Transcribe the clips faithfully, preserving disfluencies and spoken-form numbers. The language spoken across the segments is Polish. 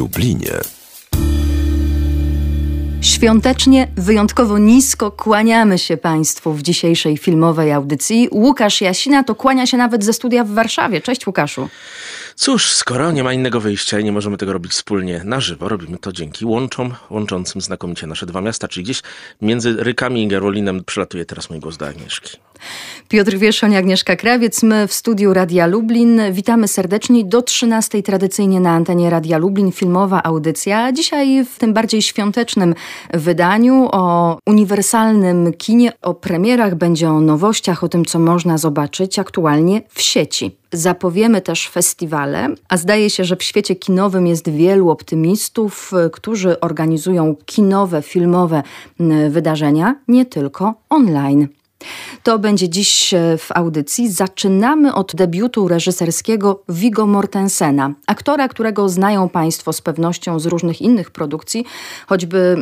Lublinie. Świątecznie, wyjątkowo nisko kłaniamy się Państwu w dzisiejszej filmowej audycji. Łukasz Jasina to kłania się nawet ze studia w Warszawie. Cześć Łukaszu. Cóż, skoro nie ma innego wyjścia i nie możemy tego robić wspólnie na żywo, robimy to dzięki łączom, łączącym znakomicie nasze dwa miasta, czyli gdzieś między Rykami i Garolinem przelatuje teraz mój głos do Agnieszki. Piotr Wierszoń, Agnieszka Krawiec, my w studiu Radia Lublin. Witamy serdecznie do trzynastej tradycyjnie na antenie Radia Lublin, filmowa audycja. Dzisiaj w tym bardziej świątecznym wydaniu o uniwersalnym kinie, o premierach, będzie o nowościach, o tym, co można zobaczyć aktualnie w sieci. Zapowiemy też festiwale, a zdaje się, że w świecie kinowym jest wielu optymistów, którzy organizują kinowe, filmowe wydarzenia, nie tylko online. To będzie dziś w audycji. Zaczynamy od debiutu reżyserskiego Viggo Mortensena, aktora, którego znają Państwo z pewnością z różnych innych produkcji, choćby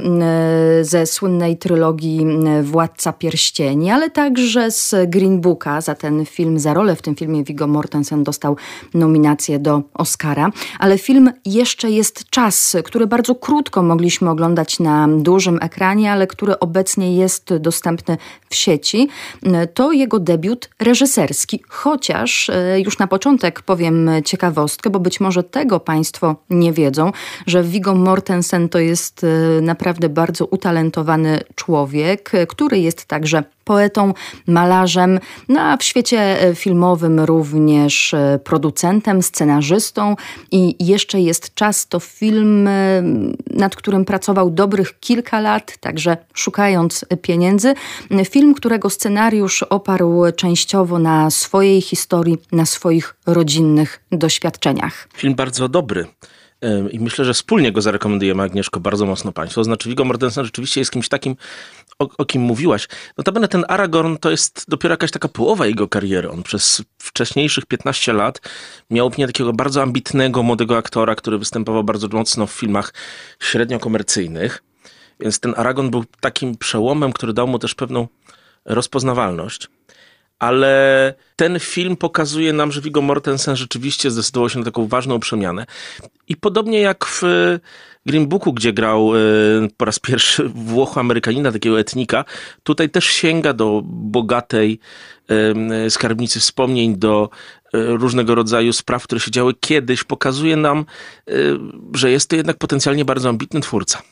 ze słynnej trylogii Władca Pierścieni, ale także z Green Booka. Za ten film, za rolę w tym filmie Viggo Mortensen dostał nominację do Oscara. Ale film Jeszcze jest czas, który bardzo krótko mogliśmy oglądać na dużym ekranie, ale który obecnie jest dostępny w sieci. To jego debiut reżyserski, chociaż już na początek powiem ciekawostkę, bo być może tego Państwo nie wiedzą, że Viggo Mortensen to jest naprawdę bardzo utalentowany człowiek, który jest także poetą, malarzem, no a w świecie filmowym również producentem, scenarzystą. I Jeszcze jest czas to film, nad którym pracował dobrych kilka lat, także szukając pieniędzy. Film, którego scenariusz oparł częściowo na swojej historii, na swoich rodzinnych doświadczeniach. Film bardzo dobry. I myślę, że wspólnie go zarekomendujemy, Agnieszko, bardzo mocno Państwu. Znaczy Viggo Mortensen rzeczywiście jest kimś takim, o, o kim mówiłaś. Notabene ten Aragorn to jest dopiero jakaś taka połowa jego kariery. On przez wcześniejszych piętnaście lat miał opinię takiego bardzo ambitnego, młodego aktora, który występował bardzo mocno w filmach średnio komercyjnych. Więc ten Aragorn był takim przełomem, który dał mu też pewną rozpoznawalność. Ale ten film pokazuje nam, że Viggo Mortensen rzeczywiście zdecydował się na taką ważną przemianę. I podobnie jak w Green Booku, gdzie grał po raz pierwszy Włocho-Amerykanina, takiego etnika, tutaj też sięga do bogatej skarbnicy wspomnień, do różnego rodzaju spraw, które się działy kiedyś. Pokazuje nam, że jest to jednak potencjalnie bardzo ambitny twórca.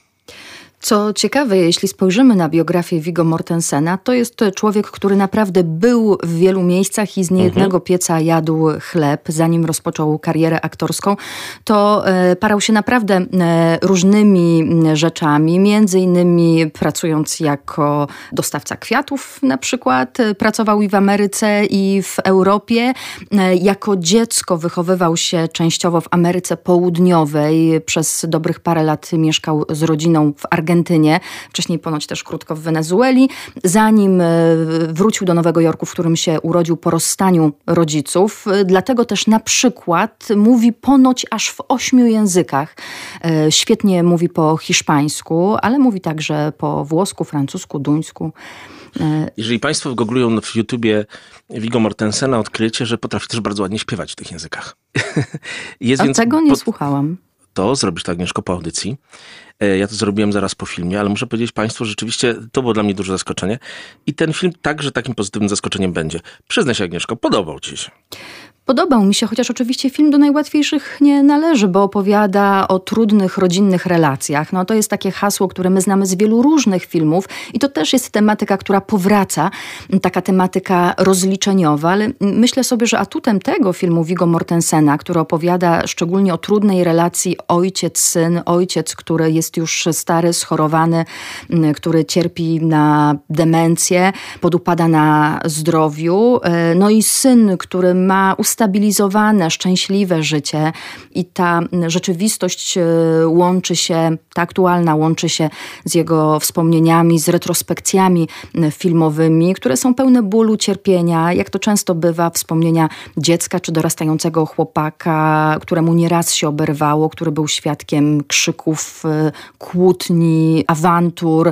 Co ciekawe, jeśli spojrzymy na biografię Viggo Mortensena, to jest to człowiek, który naprawdę był w wielu miejscach i z niejednego mhm. pieca jadł chleb, zanim rozpoczął karierę aktorską. To e, parał się naprawdę e, różnymi rzeczami, między innymi pracując jako dostawca kwiatów na przykład. E, pracował i w Ameryce, i w Europie. E, jako dziecko wychowywał się częściowo w Ameryce Południowej. Przez dobrych parę lat mieszkał z rodziną w Argentynie. Argentynie, wcześniej ponoć też krótko w Wenezueli, zanim wrócił do Nowego Jorku, w którym się urodził po rozstaniu rodziców. Dlatego też na przykład mówi ponoć aż w ośmiu językach. Świetnie mówi po hiszpańsku, ale mówi także po włosku, francusku, duńsku. Jeżeli Państwo googlują w YouTubie Viggo Mortensena, odkryjecie, że potrafi też bardzo ładnie śpiewać w tych językach. Jest A więc tego nie pod... słuchałam. To zrobisz to, Agnieszko, po audycji. Ja to zrobiłem zaraz po filmie, ale muszę powiedzieć Państwu, że rzeczywiście to było dla mnie duże zaskoczenie. I ten film także takim pozytywnym zaskoczeniem będzie. Przyznaj się, Agnieszko, podobał Ci się. Podobał mi się, chociaż oczywiście film do najłatwiejszych nie należy, bo opowiada o trudnych, rodzinnych relacjach. No to jest takie hasło, które my znamy z wielu różnych filmów i to też jest tematyka, która powraca, taka tematyka rozliczeniowa, ale myślę sobie, że atutem tego filmu Viggo Mortensena, który opowiada szczególnie o trudnej relacji ojciec-syn, ojciec, który jest już stary, schorowany, który cierpi na demencję, podupada na zdrowiu, no i syn, który ma ustabilizowane, szczęśliwe życie i ta rzeczywistość łączy się, ta aktualna łączy się z jego wspomnieniami, z retrospekcjami filmowymi, które są pełne bólu, cierpienia, jak to często bywa, wspomnienia dziecka czy dorastającego chłopaka, któremu nieraz się oberwało, który był świadkiem krzyków, kłótni, awantur.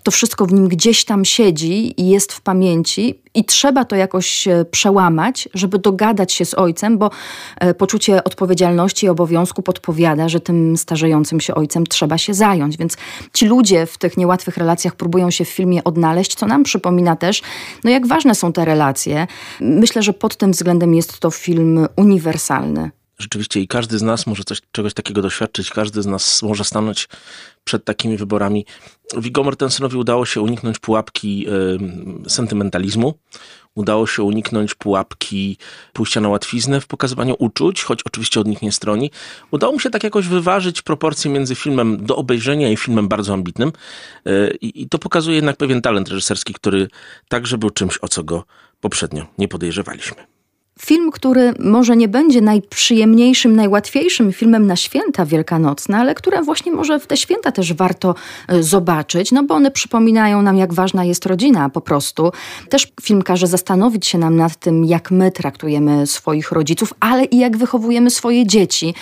to wszystko w nim gdzieś tam siedzi i jest w pamięci i trzeba to jakoś przełamać, żeby dogadać się z ojcem, bo poczucie odpowiedzialności i obowiązku podpowiada, że tym starzejącym się ojcem trzeba się zająć. Więc ci ludzie w tych niełatwych relacjach próbują się w filmie odnaleźć, co nam przypomina też, no jak ważne są te relacje. Myślę, że pod tym względem jest to film uniwersalny. Rzeczywiście i każdy z nas może coś, czegoś takiego doświadczyć, każdy z nas może stanąć przed takimi wyborami. Viggo Mortensenowi udało się uniknąć pułapki y, sentymentalizmu, udało się uniknąć pułapki pójścia na łatwiznę w pokazywaniu uczuć, choć oczywiście od nich nie stroni. Udało mu się tak jakoś wyważyć proporcje między filmem do obejrzenia i filmem bardzo ambitnym y, i to pokazuje jednak pewien talent reżyserski, który także był czymś, o co go poprzednio nie podejrzewaliśmy. Film, który może nie będzie najprzyjemniejszym, najłatwiejszym filmem na święta wielkanocne, ale które właśnie może w te święta też warto zobaczyć, no bo one przypominają nam, jak ważna jest rodzina po prostu. Też film każe zastanowić się nam nad tym, jak my traktujemy swoich rodziców, ale i jak wychowujemy swoje dzieci.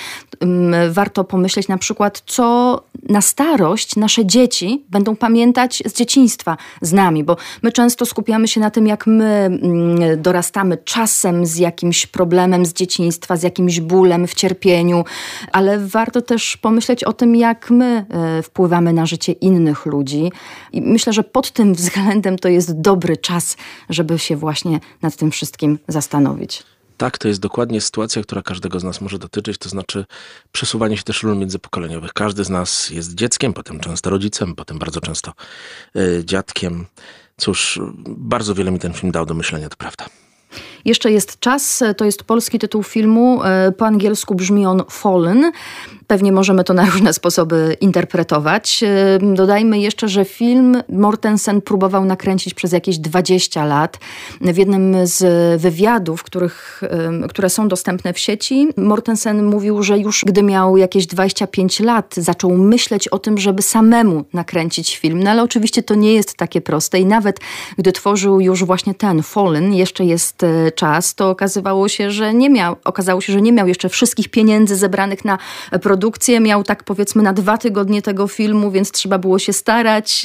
Warto pomyśleć na przykład, co na starość nasze dzieci będą pamiętać z dzieciństwa z nami, bo my często skupiamy się na tym, jak my dorastamy czasem z jakimś problemem z dzieciństwa, z jakimś bólem w cierpieniu, ale warto też pomyśleć o tym, jak my wpływamy na życie innych ludzi. I myślę, że pod tym względem to jest dobry czas, żeby się właśnie nad tym wszystkim zastanowić. Tak, to jest dokładnie sytuacja, która każdego z nas może dotyczyć, to znaczy przesuwanie się też ról międzypokoleniowych. Każdy z nas jest dzieckiem, potem często rodzicem, potem bardzo często y, dziadkiem. Cóż, bardzo wiele mi ten film dał do myślenia, to prawda. Jeszcze jest czas, to jest polski tytuł filmu, po angielsku brzmi on Fallen. Pewnie możemy to na różne sposoby interpretować. Dodajmy jeszcze, że film Mortensen próbował nakręcić przez jakieś dwadzieścia lat. W jednym z wywiadów, których, które są dostępne w sieci, Mortensen mówił, że już gdy miał jakieś dwadzieścia pięć lat, zaczął myśleć o tym, żeby samemu nakręcić film. No ale oczywiście to nie jest takie proste i nawet gdy tworzył już właśnie ten Fallen, jeszcze jest czas, to okazywało się, że nie miał, okazało się, że nie miał jeszcze wszystkich pieniędzy zebranych na produkcję. Miał tak powiedzmy na dwa tygodnie tego filmu, więc trzeba było się starać,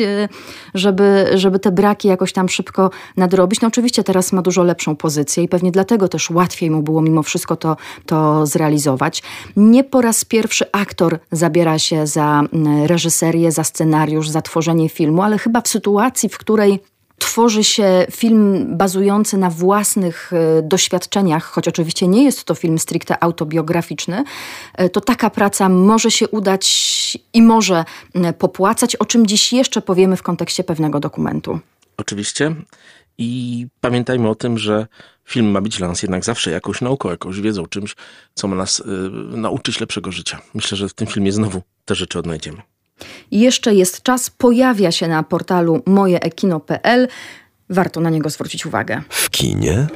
żeby, żeby te braki jakoś tam szybko nadrobić. No oczywiście teraz ma dużo lepszą pozycję i pewnie dlatego też łatwiej mu było mimo wszystko to, to zrealizować. Nie po raz pierwszy aktor zabiera się za reżyserię, za scenariusz, za tworzenie filmu, ale chyba w sytuacji, w której tworzy się film bazujący na własnych y, doświadczeniach, choć oczywiście nie jest to film stricte autobiograficzny, y, to taka praca może się udać i może y, popłacać, o czym dziś jeszcze powiemy w kontekście pewnego dokumentu. Oczywiście. I pamiętajmy o tym, że film ma być dla nas jednak zawsze jakąś nauką, jakąś wiedzą, czymś, co ma nas y, nauczyć lepszego życia. Myślę, że w tym filmie znowu te rzeczy odnajdziemy. Jeszcze jest czas, pojawia się na portalu moje e kino kropka pe el. Warto na niego zwrócić uwagę. W kinie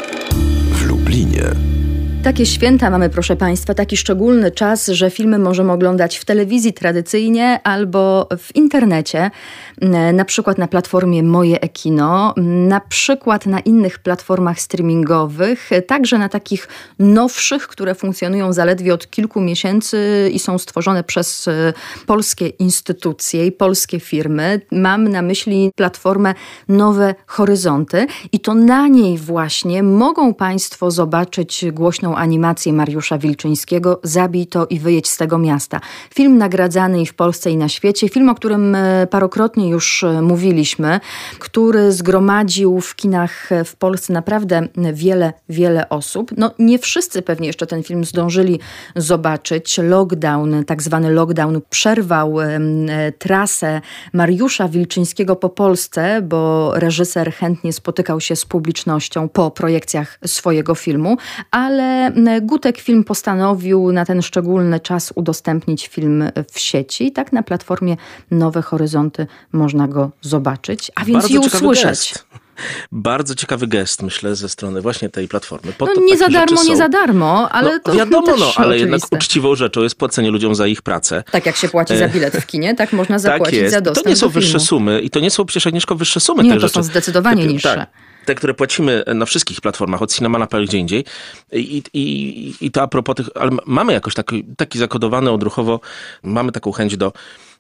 w Lublinie. Takie święta mamy, proszę Państwa, taki szczególny czas, że filmy możemy oglądać w telewizji tradycyjnie albo w internecie, na przykład na platformie Moje e-Kino, na przykład na innych platformach streamingowych, także na takich nowszych, które funkcjonują zaledwie od kilku miesięcy i są stworzone przez polskie instytucje i polskie firmy. Mam na myśli platformę Nowe Horyzonty i to na niej właśnie mogą Państwo zobaczyć głośną animację Mariusza Wilczyńskiego Zabij to i wyjedź z tego miasta. Film nagradzany i w Polsce i na świecie. Film, o którym parokrotnie już mówiliśmy, który zgromadził w kinach w Polsce naprawdę wiele, wiele osób. No nie wszyscy pewnie jeszcze ten film zdążyli zobaczyć. Lockdown, tak zwany lockdown przerwał e, trasę Mariusza Wilczyńskiego po Polsce, bo reżyser chętnie spotykał się z publicznością po projekcjach swojego filmu, ale Gutek Film postanowił na ten szczególny czas udostępnić film w sieci. Tak na platformie Nowe Horyzonty można go zobaczyć, a więc i usłyszeć. Gest. Bardzo ciekawy gest, myślę, ze strony właśnie tej platformy. Po no to nie za darmo, nie za darmo, ale no, to wiadomo, też no, ale oczywiste. Jednak uczciwą rzeczą jest płacenie ludziom za ich pracę. Tak jak się płaci za bilet w kinie, tak można zapłacić tak za dostęp to nie są do wyższe filmu. sumy i to nie są przecież, Agnieszko, wyższe sumy. Nie, te to rzeczy. są zdecydowanie te, niższe. Tak. Te, które płacimy na wszystkich platformach, od Cinema kropka pe el gdzie indziej. I, i, i to a propos tych, ale mamy jakoś taki, taki zakodowany odruchowo, mamy taką chęć do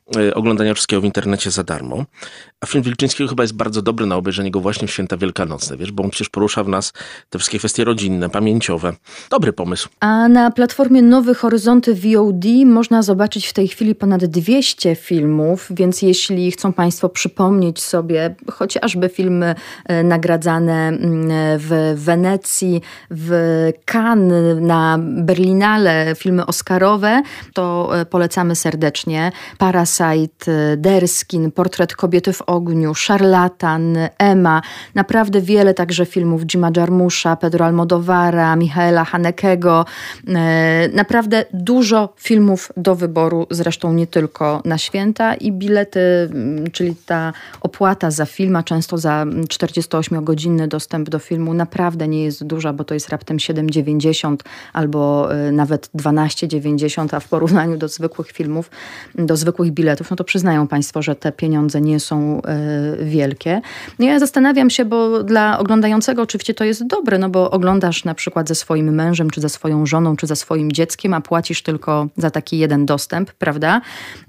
oglądania wszystkiego w internecie za darmo. A film Wilczyńskiego chyba jest bardzo dobry na obejrzenie go właśnie w święta wielkanocne, wiesz, bo on przecież porusza w nas te wszystkie kwestie rodzinne, pamięciowe. Dobry pomysł. A na platformie Nowe Horyzonty V O D można zobaczyć w tej chwili ponad dwieście filmów, więc jeśli chcą Państwo przypomnieć sobie chociażby filmy nagradzane w Wenecji, w Cannes, na Berlinale, filmy oscarowe, to polecamy serdecznie. Parasite, Derskin, Portret kobiety w ogniu, Szarlatan, Emma. Naprawdę wiele także filmów Jima Jarmusza, Pedro Almodovara, Michaela Hanekego. Naprawdę dużo filmów do wyboru, zresztą nie tylko na święta i bilety, czyli ta opłata za film, a często za czterdziestoośmiogodzinny dostęp do filmu naprawdę nie jest duża, bo to jest raptem siedem dziewięćdziesiąt albo nawet dwanaście dziewięćdziesiąt, a w porównaniu do zwykłych filmów, do zwykłych biletów, no to przyznają Państwo, że te pieniądze nie są y, wielkie. No ja zastanawiam się, bo dla oglądającego oczywiście to jest dobre, no bo oglądasz na przykład ze swoim mężem, czy ze swoją żoną, czy ze swoim dzieckiem, a płacisz tylko za taki jeden dostęp, prawda?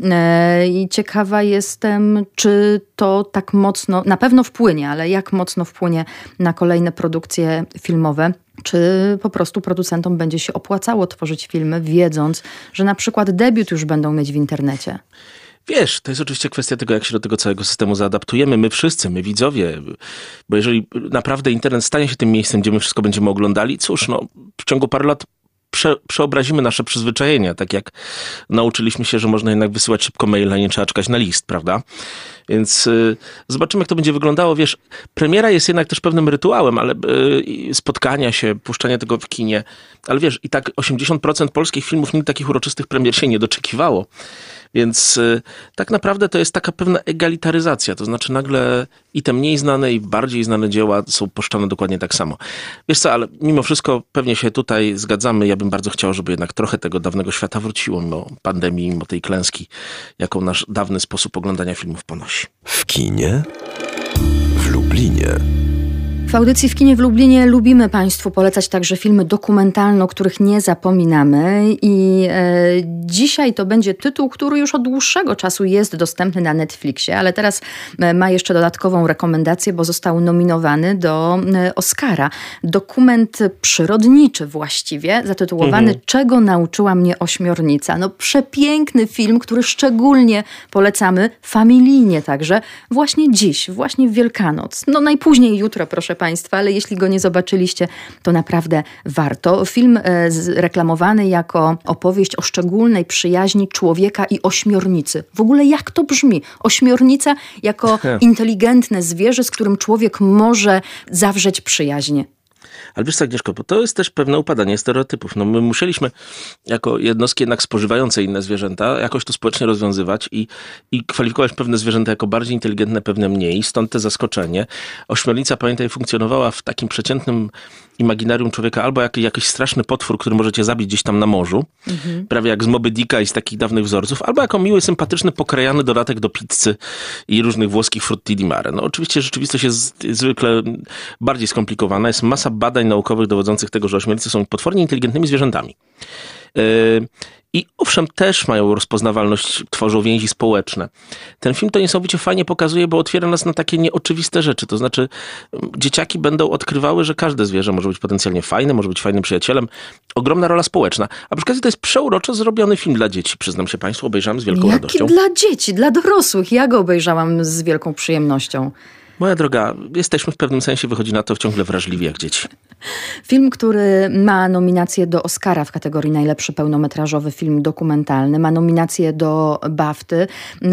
Y, I ciekawa jestem, czy to tak mocno, na pewno wpłynie, ale jak mocno wpłynie na kolejne produkcje filmowe. Czy po prostu producentom będzie się opłacało tworzyć filmy, wiedząc, że na przykład debiut już będą mieć w internecie? Wiesz, to jest oczywiście kwestia tego, jak się do tego całego systemu zaadaptujemy. My wszyscy, my widzowie, bo jeżeli naprawdę internet stanie się tym miejscem, gdzie my wszystko będziemy oglądali, cóż, no w ciągu paru lat prze, przeobrazimy nasze przyzwyczajenia, tak jak nauczyliśmy się, że można jednak wysyłać szybko maila, nie trzeba czekać na list, prawda? Więc y, zobaczymy, jak to będzie wyglądało. Wiesz, premiera jest jednak też pewnym rytuałem, ale y, spotkania się, puszczania tego w kinie. Ale wiesz, i tak osiemdziesiąt procent polskich filmów nigdy takich uroczystych premier się nie doczekiwało. Więc y, tak naprawdę to jest taka pewna egalitaryzacja. To znaczy nagle i te mniej znane, i bardziej znane dzieła są puszczane dokładnie tak samo. Wiesz co, ale mimo wszystko pewnie się tutaj zgadzamy. Ja bym bardzo chciał, żeby jednak trochę tego dawnego świata wróciło, mimo pandemii, mimo tej klęski, jaką nasz dawny sposób oglądania filmów ponosi. W kinie w Lublinie. W audycji W kinie w Lublinie lubimy Państwu polecać także filmy dokumentalne, o których nie zapominamy i e, dzisiaj to będzie tytuł, który już od dłuższego czasu jest dostępny na Netflixie, ale teraz e, ma jeszcze dodatkową rekomendację, bo został nominowany do e, Oscara. Dokument przyrodniczy właściwie, zatytułowany mhm. Czego nauczyła mnie ośmiornica. No przepiękny film, który szczególnie polecamy familijnie także właśnie dziś, właśnie w Wielkanoc. No najpóźniej jutro, proszę Państwa, ale jeśli go nie zobaczyliście, to naprawdę warto. Film e, reklamowany jako opowieść o szczególnej przyjaźni człowieka i ośmiornicy. W ogóle jak to brzmi? Ośmiornica jako inteligentne zwierzę, z którym człowiek może zawrzeć przyjaźń. Ale wiesz co, Agnieszko, bo to jest też pewne upadanie stereotypów. No my musieliśmy jako jednostki jednak spożywające inne zwierzęta jakoś to społecznie rozwiązywać i, i kwalifikować pewne zwierzęta jako bardziej inteligentne, pewne mniej. Stąd te zaskoczenie. Ośmiornica, pamiętaj, funkcjonowała w takim przeciętnym imaginarium człowieka albo jak, jakiś straszny potwór, który możecie zabić gdzieś tam na morzu, mhm. prawie jak z Moby Dicka i z takich dawnych wzorców, albo jako miły, sympatyczny, pokrajany dodatek do pizzy i różnych włoskich frutti di mare. No oczywiście rzeczywistość jest zwykle bardziej skomplikowana. Jest masa badań naukowych dowodzących tego, że ośmiornice są potwornie inteligentnymi zwierzętami. Yy, I owszem, też mają rozpoznawalność, tworzą więzi społeczne. Ten film to niesamowicie fajnie pokazuje, bo otwiera nas na takie nieoczywiste rzeczy. To znaczy, dzieciaki będą odkrywały, że każde zwierzę może być potencjalnie fajne, może być fajnym przyjacielem. Ogromna rola społeczna. A przy okazji to jest przeuroczo zrobiony film dla dzieci. Przyznam się Państwu, obejrzałem z wielką Jaki radością. Dla dzieci, dla dorosłych. Ja go obejrzałam z wielką przyjemnością. Moja droga, jesteśmy w pewnym sensie, wychodzi na to, ciągle wrażliwi jak dzieci. Film, który ma nominację do Oscara w kategorii najlepszy pełnometrażowy film dokumentalny. Ma nominację do BAFTY.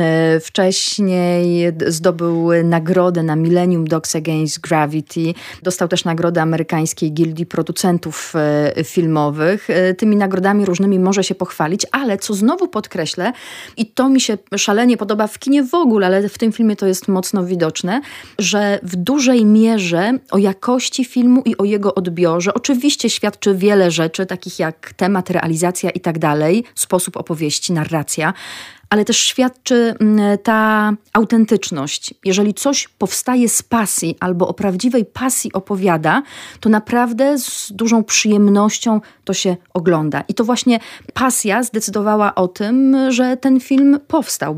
Wcześniej zdobył nagrodę na Millennium Dogs Against Gravity. Dostał też nagrodę amerykańskiej gildii producentów filmowych. Tymi nagrodami różnymi może się pochwalić, ale co znowu podkreślę, i to mi się szalenie podoba w kinie w ogóle, ale w tym filmie to jest mocno widoczne, że w dużej mierze o jakości filmu i o jego odbiorze oczywiście świadczy wiele rzeczy, takich jak temat, realizacja i tak dalej, sposób opowieści, narracja, ale też świadczy ta autentyczność. Jeżeli coś powstaje z pasji albo o prawdziwej pasji opowiada, to naprawdę z dużą przyjemnością to się ogląda. I to właśnie pasja zdecydowała o tym, że ten film powstał, bo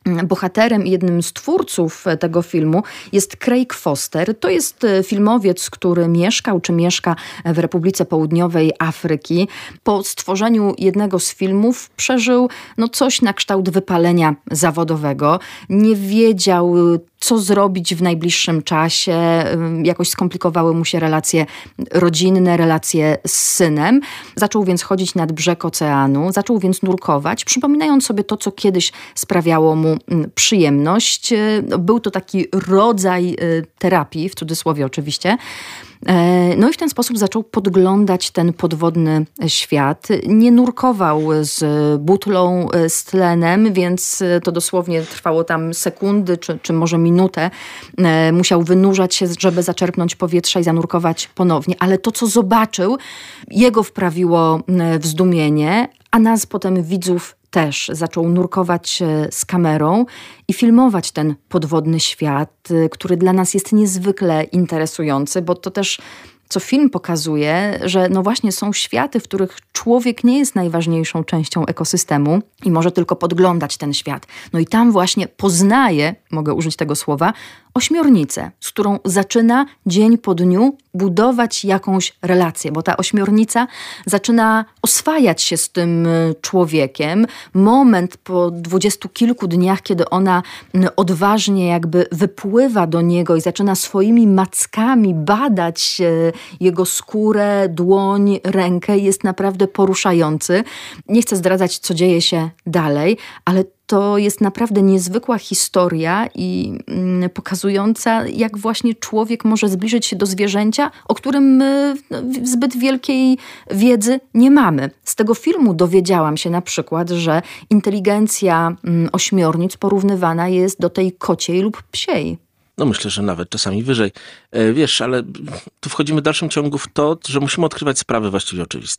bohaterem i jednym z twórców tego filmu jest Craig Foster. To jest filmowiec, który mieszkał czy mieszka w Republice Południowej Afryki. Po stworzeniu jednego z filmów przeżył no, coś na kształt wypalenia zawodowego. Nie wiedział, co zrobić w najbliższym czasie. Jakoś skomplikowały mu się relacje rodzinne, relacje z synem. Zaczął więc chodzić nad brzeg oceanu, zaczął więc nurkować, przypominając sobie to, co kiedyś sprawiało mu przyjemność. Był to taki rodzaj terapii, w cudzysłowie oczywiście. No i w ten sposób zaczął podglądać ten podwodny świat. Nie nurkował z butlą, z tlenem, więc to dosłownie trwało tam sekundy, czy, czy może minutę. Musiał wynurzać się, żeby zaczerpnąć powietrza i zanurkować ponownie. Ale to, co zobaczył, jego wprawiło w zdumienie, a nas potem widzów też. Zaczął nurkować z kamerą i filmować ten podwodny świat, który dla nas jest niezwykle interesujący, bo to też, co film pokazuje, że no właśnie są światy, w których człowiek nie jest najważniejszą częścią ekosystemu i może tylko podglądać ten świat. No i tam właśnie poznaje, mogę użyć tego słowa, ośmiornicę, z którą zaczyna dzień po dniu budować jakąś relację, bo ta ośmiornica zaczyna oswajać się z tym człowiekiem. Moment po dwudziestu kilku dniach, kiedy ona odważnie jakby wypływa do niego i zaczyna swoimi mackami badać jego skórę, dłoń, rękę, jest naprawdę poruszający. Nie chcę zdradzać, co dzieje się dalej, ale to jest naprawdę niezwykła historia i mm, pokazująca, jak właśnie człowiek może zbliżyć się do zwierzęcia, o którym my no, zbyt wielkiej wiedzy nie mamy. Z tego filmu dowiedziałam się na przykład, że inteligencja mm, ośmiornic porównywana jest do tej kociej lub psiej. No myślę, że nawet czasami wyżej. E, wiesz, ale tu wchodzimy w dalszym ciągu w to, że musimy odkrywać sprawy właściwie oczywiste.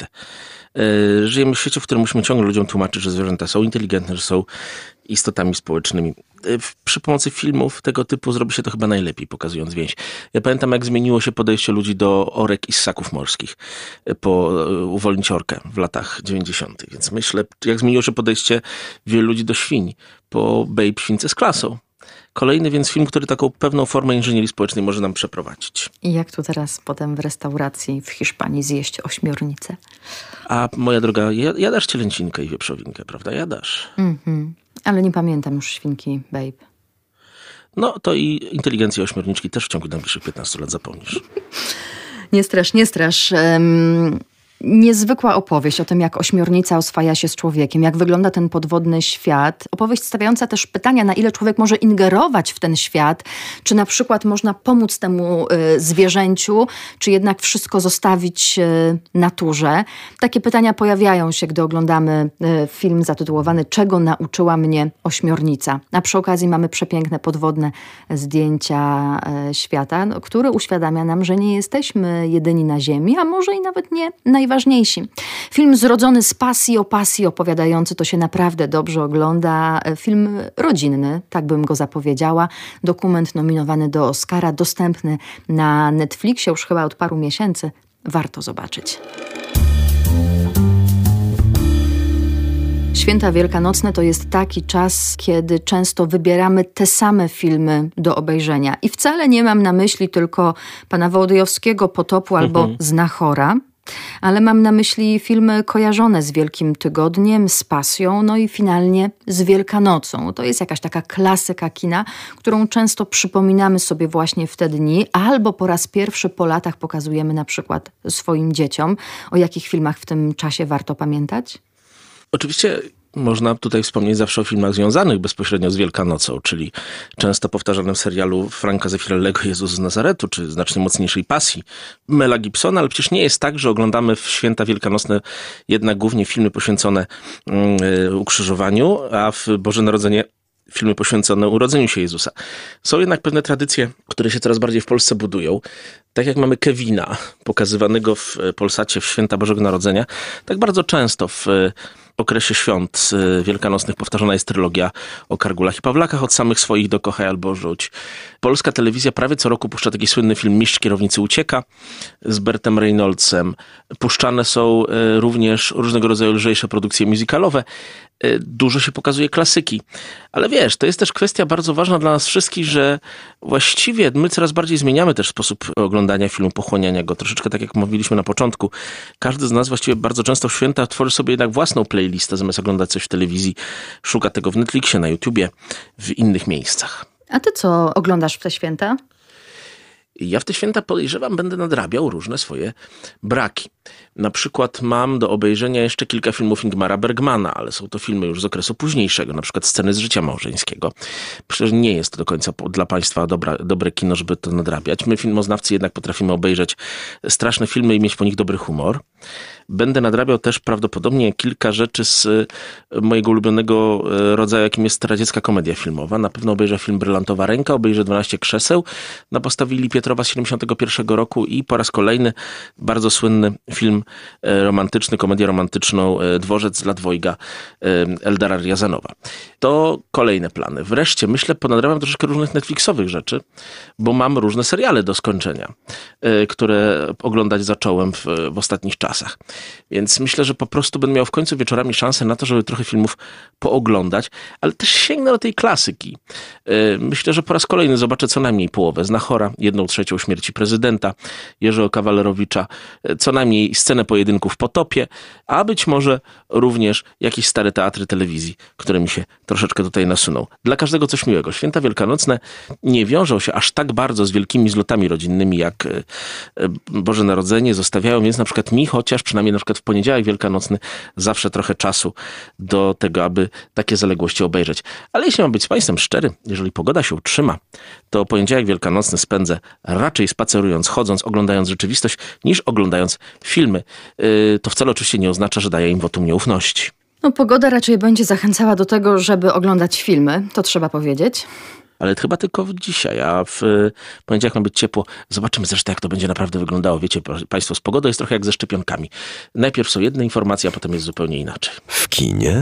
E, żyjemy w świecie, w którym musimy ciągle ludziom tłumaczyć, że zwierzęta są inteligentne, że są istotami społecznymi. E, przy pomocy filmów tego typu zrobi się to chyba najlepiej, pokazując więź. Ja pamiętam, jak zmieniło się podejście ludzi do orek i ssaków morskich po Uwolnić orkę w latach dziewięćdziesiątych. Więc myślę, jak zmieniło się podejście wielu ludzi do świń po Babe, Śwince z klasą. Kolejny więc film, który taką pewną formę inżynierii społecznej może nam przeprowadzić. I jak tu teraz potem w restauracji w Hiszpanii zjeść ośmiornicę? A moja droga, jadasz cielęcinkę i wieprzowinkę, prawda? Jadasz. Mm-hmm. Ale nie pamiętam już świnki, Babe. No to i inteligencję ośmiorniczki też w ciągu najbliższych piętnastu lat zapomnisz. Nie strasz, nie strasz. Um... Niezwykła opowieść o tym, jak ośmiornica oswaja się z człowiekiem, jak wygląda ten podwodny świat. Opowieść stawiająca też pytania, na ile człowiek może ingerować w ten świat, czy na przykład można pomóc temu y, zwierzęciu, czy jednak wszystko zostawić y, naturze. Takie pytania pojawiają się, gdy oglądamy y, film zatytułowany „Czego nauczyła mnie ośmiornica”. A przy okazji mamy przepiękne podwodne zdjęcia y, świata, no, który uświadamia nam, że nie jesteśmy jedyni na ziemi, a może i nawet nie najważniejsi. Film zrodzony z pasji o pasji, opowiadający, to się naprawdę dobrze ogląda. Film rodzinny, tak bym go zapowiedziała. Dokument nominowany do Oscara, dostępny na Netflixie już chyba od paru miesięcy. Warto zobaczyć. Święta wielkanocne to jest taki czas, kiedy często wybieramy te same filmy do obejrzenia. I wcale nie mam na myśli tylko pana Wołodyjowskiego, Potopu albo mhm. Znachora, ale mam na myśli filmy kojarzone z Wielkim Tygodniem, z Pasją, no i finalnie z Wielkanocą. To jest jakaś taka klasyka kina, którą często przypominamy sobie właśnie w te dni, albo po raz pierwszy po latach pokazujemy na przykład swoim dzieciom. O jakich filmach w tym czasie warto pamiętać? Oczywiście można tutaj wspomnieć zawsze o filmach związanych bezpośrednio z Wielkanocą, czyli często powtarzanym serialu Franka Zeffirelliego Jezus z Nazaretu, czy znacznie mocniejszej Pasji Mela Gibsona, ale przecież nie jest tak, że oglądamy w święta wielkanocne jednak głównie filmy poświęcone yy, ukrzyżowaniu, a w Boże Narodzenie filmy poświęcone urodzeniu się Jezusa. Są jednak pewne tradycje, które się coraz bardziej w Polsce budują. Tak jak mamy Kevina, pokazywanego w Polsacie w święta Bożego Narodzenia, tak bardzo często w okresie świąt wielkanocnych powtarzana jest trylogia o Kargulach i Pawlakach, od samych swoich do Kochaj albo Rzuć. Polska telewizja prawie co roku puszcza taki słynny film Mistrz kierownicy ucieka z Bertem Reynoldsem. Puszczane są również różnego rodzaju lżejsze produkcje musicalowe. Dużo się pokazuje klasyki. Ale wiesz, to jest też kwestia bardzo ważna dla nas wszystkich, że właściwie my coraz bardziej zmieniamy też sposób oglądania filmu, pochłaniania go. Troszeczkę tak jak mówiliśmy na początku. Każdy z nas właściwie bardzo często w święta tworzy sobie jednak własną playlistę, zamiast oglądać coś w telewizji. Szuka tego w Netflixie, na YouTubie, w innych miejscach. A ty co oglądasz w te święta? Ja w te święta, podejrzewam, będę nadrabiał różne swoje braki. Na przykład mam do obejrzenia jeszcze kilka filmów Ingmara Bergmana, ale są to filmy już z okresu późniejszego, na przykład Sceny z życia małżeńskiego. Przecież nie jest to do końca dla państwa dobra, dobre kino, żeby to nadrabiać. My, filmoznawcy, jednak potrafimy obejrzeć straszne filmy i mieć po nich dobry humor. Będę nadrabiał też prawdopodobnie kilka rzeczy z mojego ulubionego rodzaju, jakim jest radziecka komedia filmowa. Na pewno obejrzę film Brylantowa ręka, obejrzę dwanaście krzeseł na podstawie Lili Pietrowa z siedemdziesiątego pierwszego roku i po raz kolejny bardzo słynny film romantyczny, komedię romantyczną Dworzec dla dwojga Eldara Riazanowa. To kolejne plany. Wreszcie, myślę, ponadrabiam troszeczkę różnych Netflixowych rzeczy, bo mam różne seriale do skończenia, które oglądać zacząłem w, w ostatnich czasach. Więc myślę, że po prostu będę miał w końcu wieczorami szansę na to, żeby trochę filmów pooglądać, ale też sięgnę do tej klasyki. Myślę, że po raz kolejny zobaczę co najmniej połowę Znachora, jedną trzecią Śmierci prezydenta, Jerzego Kawalerowicza, co najmniej scenę pojedynku w Potopie, a być może również jakieś stare teatry telewizji, które mi się troszeczkę tutaj nasuną. Dla każdego coś miłego. Święta wielkanocne nie wiążą się aż tak bardzo z wielkimi zlotami rodzinnymi jak Boże Narodzenie, zostawiają więc na przykład mi chociaż przynajmniej na przykład w poniedziałek wielkanocny zawsze trochę czasu do tego, aby takie zaległości obejrzeć. Ale jeśli mam być z państwem szczery, jeżeli pogoda się utrzyma, to poniedziałek wielkanocny spędzę raczej spacerując, chodząc, oglądając rzeczywistość, niż oglądając filmy. Yy, to wcale oczywiście nie oznacza, że daję im wotum nieufności. No, pogoda raczej będzie zachęcała do tego, żeby oglądać filmy, to trzeba powiedzieć. Ale chyba tylko dzisiaj, a w poniedziałek ma być ciepło. Zobaczymy zresztą, jak to będzie naprawdę wyglądało. Wiecie państwo, z pogodą jest trochę jak ze szczepionkami. Najpierw są jedne informacje, a potem jest zupełnie inaczej. W kinie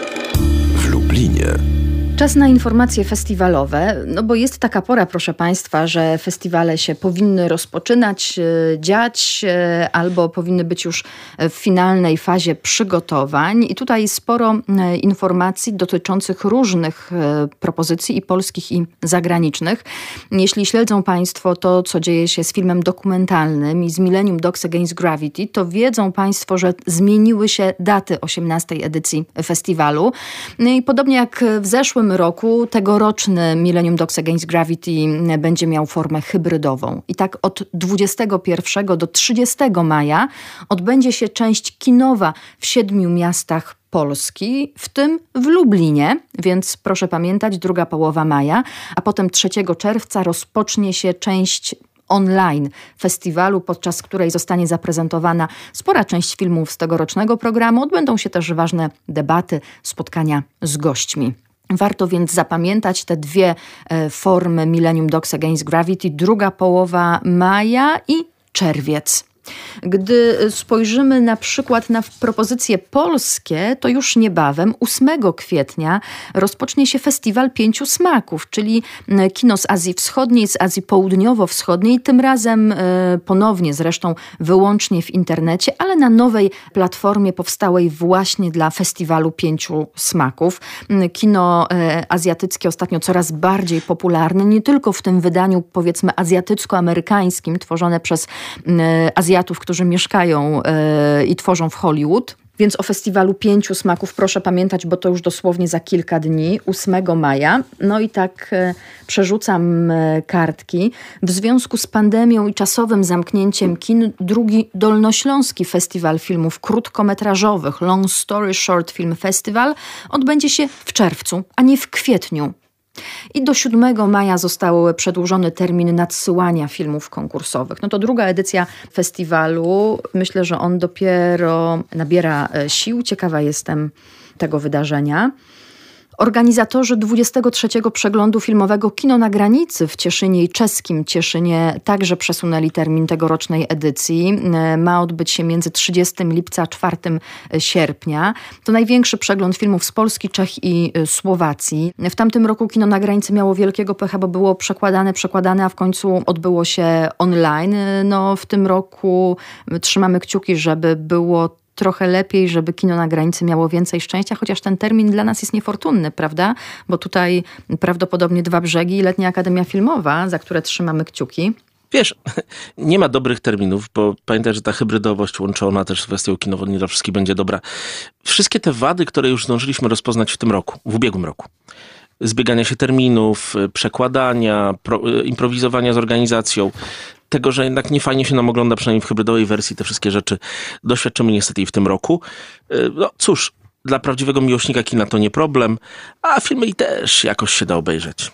w Lublinie. Czas na informacje festiwalowe, no bo jest taka pora, proszę państwa, że festiwale się powinny rozpoczynać, dziać, albo powinny być już w finalnej fazie przygotowań. I tutaj sporo informacji dotyczących różnych propozycji i polskich, i zagranicznych. Jeśli śledzą państwo to, co dzieje się z filmem dokumentalnym i z Millennium Dogs Against Gravity, to wiedzą państwo, że zmieniły się daty osiemnastej edycji festiwalu. I podobnie jak w zeszłym roku, tegoroczny Millennium Dogs Against Gravity będzie miał formę hybrydową. I tak od dwudziestego pierwszego do trzydziestego maja odbędzie się część kinowa w siedmiu miastach Polski, w tym w Lublinie, więc proszę pamiętać, druga połowa maja, a potem trzeciego czerwca rozpocznie się część online festiwalu, podczas której zostanie zaprezentowana spora część filmów z tegorocznego programu. Odbędą się też ważne debaty, spotkania z gośćmi. Warto więc zapamiętać te dwie e, formy Millennium Dogs Against Gravity, druga połowa maja i czerwiec. Gdy spojrzymy na przykład na propozycje polskie, to już niebawem, ósmego kwietnia, rozpocznie się Festiwal Pięciu Smaków, czyli kino z Azji Wschodniej, z Azji Południowo-Wschodniej, tym razem e, ponownie zresztą wyłącznie w internecie, ale na nowej platformie powstałej właśnie dla Festiwalu Pięciu Smaków. Kino e, azjatyckie ostatnio coraz bardziej popularne, nie tylko w tym wydaniu powiedzmy azjatycko-amerykańskim, tworzone przez e, Azjatów, którzy mieszkają yy, i tworzą w Hollywood. Więc o Festiwalu Pięciu Smaków proszę pamiętać, bo to już dosłownie za kilka dni, ósmego maja. No i tak e, przerzucam e, kartki. W związku z pandemią i czasowym zamknięciem kin, drugi Dolnośląski Festiwal Filmów Krótkometrażowych, Long Story Short Film Festival, odbędzie się w czerwcu, a nie w kwietniu. I do siódmego maja został przedłużony termin nadsyłania filmów konkursowych. No to druga edycja festiwalu. Myślę, że on dopiero nabiera sił. Ciekawa jestem tego wydarzenia. Organizatorzy dwudziestego trzeciego przeglądu filmowego Kino na granicy w Cieszynie i czeskim Cieszynie także przesunęli termin tegorocznej edycji. Ma odbyć się między trzydziestego lipca a czwartego sierpnia. To największy przegląd filmów z Polski, Czech i Słowacji. W tamtym roku Kino na granicy miało wielkiego pecha, bo było przekładane, przekładane, a w końcu odbyło się online. No, w tym roku trzymamy kciuki, żeby było trochę lepiej, żeby Kino na granicy miało więcej szczęścia, chociaż ten termin dla nas jest niefortunny, prawda? Bo tutaj prawdopodobnie Dwa Brzegi i Letnia Akademia Filmowa, za które trzymamy kciuki. Wiesz, nie ma dobrych terminów, bo pamiętaj, że ta hybrydowość łączona też z kwestią kinowo nie dla wszystkich będzie dobra. Wszystkie te wady, które już zdążyliśmy rozpoznać w tym roku, w ubiegłym roku, zbiegania się terminów, przekładania, pro, improwizowania z organizacją, tego, że jednak nie fajnie się nam ogląda, przynajmniej w hybrydowej wersji, te wszystkie rzeczy doświadczymy niestety i w tym roku. No cóż, dla prawdziwego miłośnika kina to nie problem, a filmy i też jakoś się da obejrzeć.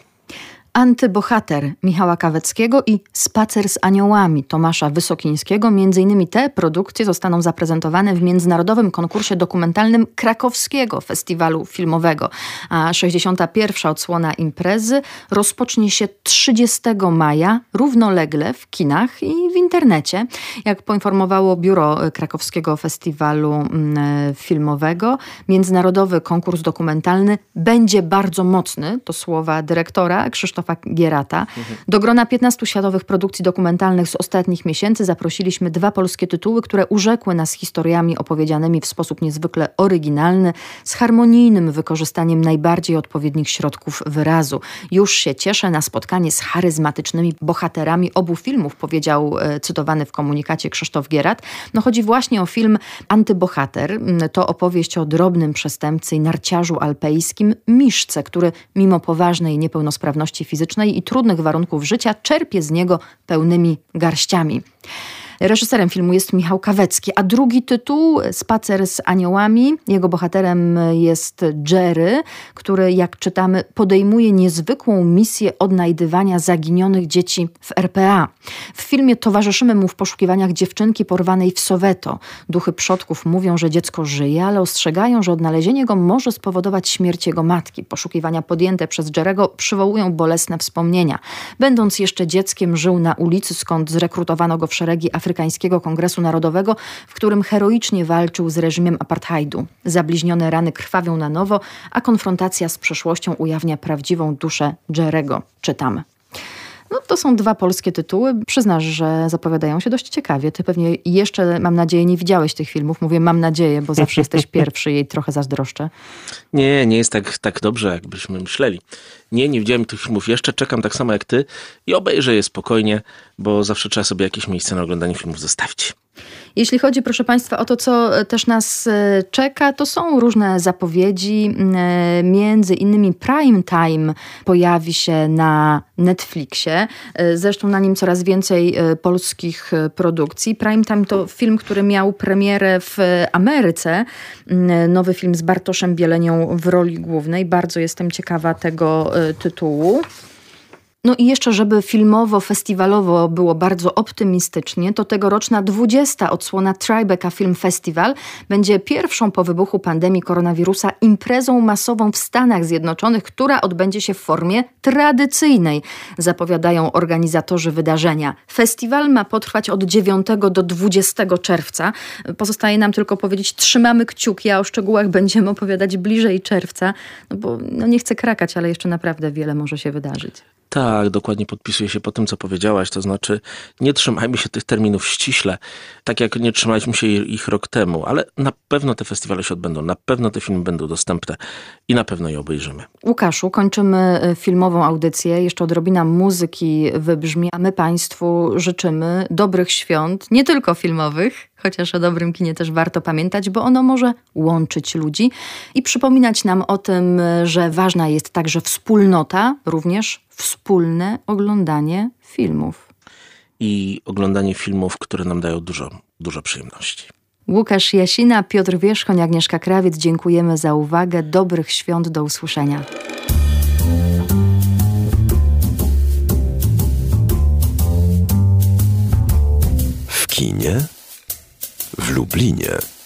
Antybohater Michała Kaweckiego i Spacer z aniołami Tomasza Wysokińskiego. Między innymi te produkcje zostaną zaprezentowane w międzynarodowym konkursie dokumentalnym Krakowskiego Festiwalu Filmowego. A sześćdziesiąta pierwsza odsłona imprezy rozpocznie się trzydziestego maja równolegle w kinach i w internecie. Jak poinformowało Biuro Krakowskiego Festiwalu Filmowego, międzynarodowy konkurs dokumentalny będzie bardzo mocny, to słowa dyrektora Krzysztofa Gierata. Do grona piętnastu światowych produkcji dokumentalnych z ostatnich miesięcy zaprosiliśmy dwa polskie tytuły, które urzekły nas historiami opowiedzianymi w sposób niezwykle oryginalny, z harmonijnym wykorzystaniem najbardziej odpowiednich środków wyrazu. Już się cieszę na spotkanie z charyzmatycznymi bohaterami obu filmów, powiedział cytowany w komunikacie Krzysztof Gierat. No chodzi właśnie o film Antybohater. To opowieść o drobnym przestępcy i narciarzu alpejskim Miszce, który mimo poważnej niepełnosprawności fizycznej i trudnych warunków życia czerpie z niego pełnymi garściami. Reżyserem filmu jest Michał Kawecki, a drugi tytuł Spacer z aniołami. Jego bohaterem jest Jerry, który, jak czytamy, podejmuje niezwykłą misję odnajdywania zaginionych dzieci w er pe a. W filmie towarzyszymy mu w poszukiwaniach dziewczynki porwanej w Soweto. Duchy przodków mówią, że dziecko żyje, ale ostrzegają, że odnalezienie go może spowodować śmierć jego matki. Poszukiwania podjęte przez Jerry'ego przywołują bolesne wspomnienia. Będąc jeszcze dzieckiem, żył na ulicy, skąd zrekrutowano go w szeregi Afrykańskiego Kongresu Narodowego, w którym heroicznie walczył z reżimem apartheidu. Zabliźnione rany krwawią na nowo, a konfrontacja z przeszłością ujawnia prawdziwą duszę Jerry'ego. Czytamy. No to są dwa polskie tytuły. Przyznasz, że zapowiadają się dość ciekawie. Ty pewnie jeszcze, mam nadzieję, nie widziałeś tych filmów. Mówię mam nadzieję, bo zawsze jesteś pierwszy i jej trochę zazdroszczę. Nie, nie jest tak, tak dobrze, jakbyśmy myśleli. Nie, nie widziałem tych filmów jeszcze. Czekam tak samo jak ty i obejrzę je spokojnie, bo zawsze trzeba sobie jakieś miejsce na oglądanie filmów zostawić. Jeśli chodzi, proszę Państwa, o to, co też nas czeka, to są różne zapowiedzi. Między innymi Prime Time pojawi się na Netflixie. Zresztą na nim coraz więcej polskich produkcji. Prime Time to film, który miał premierę w Ameryce. Nowy film z Bartoszem Bielenią w roli głównej. Bardzo jestem ciekawa tego tytułu. No i jeszcze, żeby filmowo, festiwalowo było bardzo optymistycznie, to tegoroczna dwudziesta odsłona Tribeca Film Festival będzie pierwszą po wybuchu pandemii koronawirusa imprezą masową w Stanach Zjednoczonych, która odbędzie się w formie tradycyjnej, zapowiadają organizatorzy wydarzenia. Festiwal ma potrwać od dziewiątego do dwudziestego czerwca. Pozostaje nam tylko powiedzieć, trzymamy kciuki, a o szczegółach będziemy opowiadać bliżej czerwca, no bo no nie chcę krakać, ale jeszcze naprawdę wiele może się wydarzyć. Tak, dokładnie podpisuję się po tym, co powiedziałaś. To znaczy, nie trzymajmy się tych terminów ściśle, tak jak nie trzymaliśmy się ich rok temu, ale na pewno te festiwale się odbędą, na pewno te filmy będą dostępne i na pewno je obejrzymy. Łukaszu, kończymy filmową audycję. Jeszcze odrobina muzyki wybrzmi, a my Państwu życzymy dobrych świąt, nie tylko filmowych, chociaż o dobrym kinie też warto pamiętać, bo ono może łączyć ludzi i przypominać nam o tym, że ważna jest także wspólnota, również wspólne oglądanie filmów. I oglądanie filmów, które nam dają dużo, dużo przyjemności. Łukasz Jasina, Piotr Wierzchoń, Agnieszka Krawiec. Dziękujemy za uwagę. Dobrych świąt, do usłyszenia. W kinie w Lublinie.